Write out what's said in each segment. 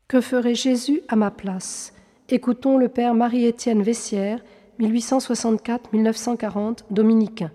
Que ferait Jésus à ma place? Écoutons le père Marie-Étienne Vessière, 1864-1940, dominicain.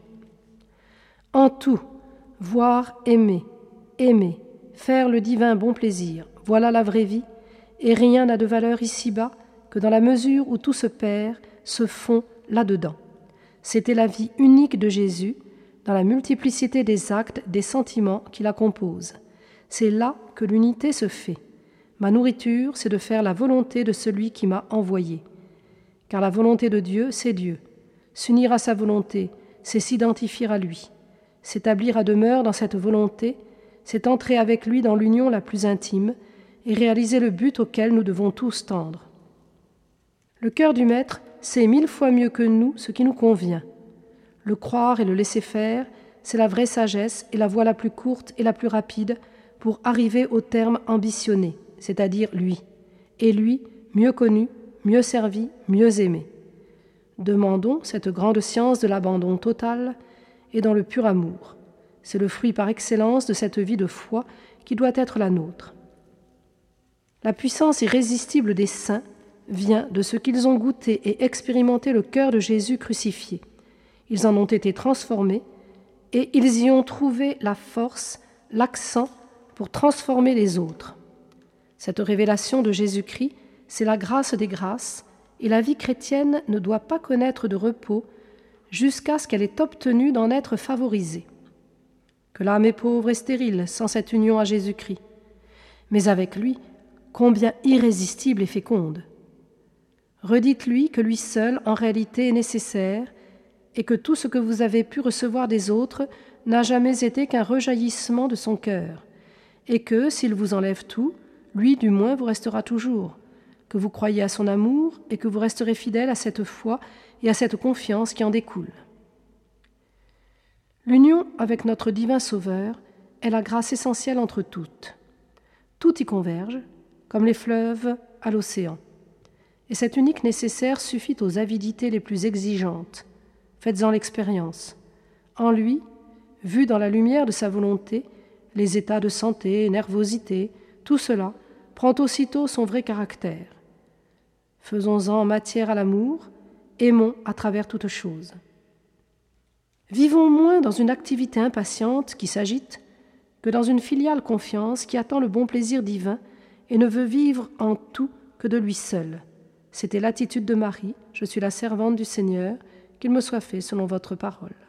En tout, voir, aimer, faire le divin bon plaisir, voilà la vraie vie, et rien n'a de valeur ici-bas que dans la mesure où tout se perd, se fond là-dedans. C'était la vie unique de Jésus, dans la multiplicité des actes, des sentiments qui la composent. C'est là que l'unité se fait. Ma nourriture, c'est de faire la volonté de celui qui m'a envoyé. Car la volonté de Dieu, c'est Dieu. S'unir à sa volonté, c'est s'identifier à lui. S'établir à demeure dans cette volonté, c'est entrer avec lui dans l'union la plus intime et réaliser le but auquel nous devons tous tendre. Le cœur du Maître sait 1000 fois mieux que nous ce qui nous convient. Le croire et le laisser faire, c'est la vraie sagesse et la voie la plus courte et la plus rapide pour arriver au terme ambitionné, c'est-à-dire lui. Et lui, mieux connu, mieux servi, mieux aimé. Demandons cette grande science de l'abandon total et dans le pur amour. C'est le fruit par excellence de cette vie de foi qui doit être la nôtre. La puissance irrésistible des saints vient de ce qu'ils ont goûté et expérimenté le cœur de Jésus crucifié. Ils en ont été transformés et ils y ont trouvé la force, l'accent pour transformer les autres. Cette révélation de Jésus-Christ, c'est la grâce des grâces et la vie chrétienne ne doit pas connaître de repos jusqu'à ce qu'elle ait obtenu d'en être favorisée. Que l'âme est pauvre et stérile sans cette union à Jésus-Christ. Mais avec lui, combien irrésistible et féconde. Redites-lui que lui seul, en réalité, est nécessaire et que tout ce que vous avez pu recevoir des autres n'a jamais été qu'un rejaillissement de son cœur, et que, s'il vous enlève tout, lui, du moins, vous restera toujours, que vous croyez à son amour et que vous resterez fidèle à cette foi et à cette confiance qui en découle. L'union avec notre divin Sauveur est la grâce essentielle entre toutes. Tout y converge, comme les fleuves à l'océan. Et cet unique nécessaire suffit aux avidités les plus exigeantes. Faites-en l'expérience. En lui, vu dans la lumière de sa volonté, les états de santé, nervosité, tout cela prend aussitôt son vrai caractère. Faisons-en matière à l'amour, aimons à travers toutes choses. Vivons moins dans une activité impatiente qui s'agite que dans une filiale confiance qui attend le bon plaisir divin et ne veut vivre en tout que de lui seul. C'était l'attitude de Marie, je suis la servante du Seigneur, qu'il me soit fait selon votre parole.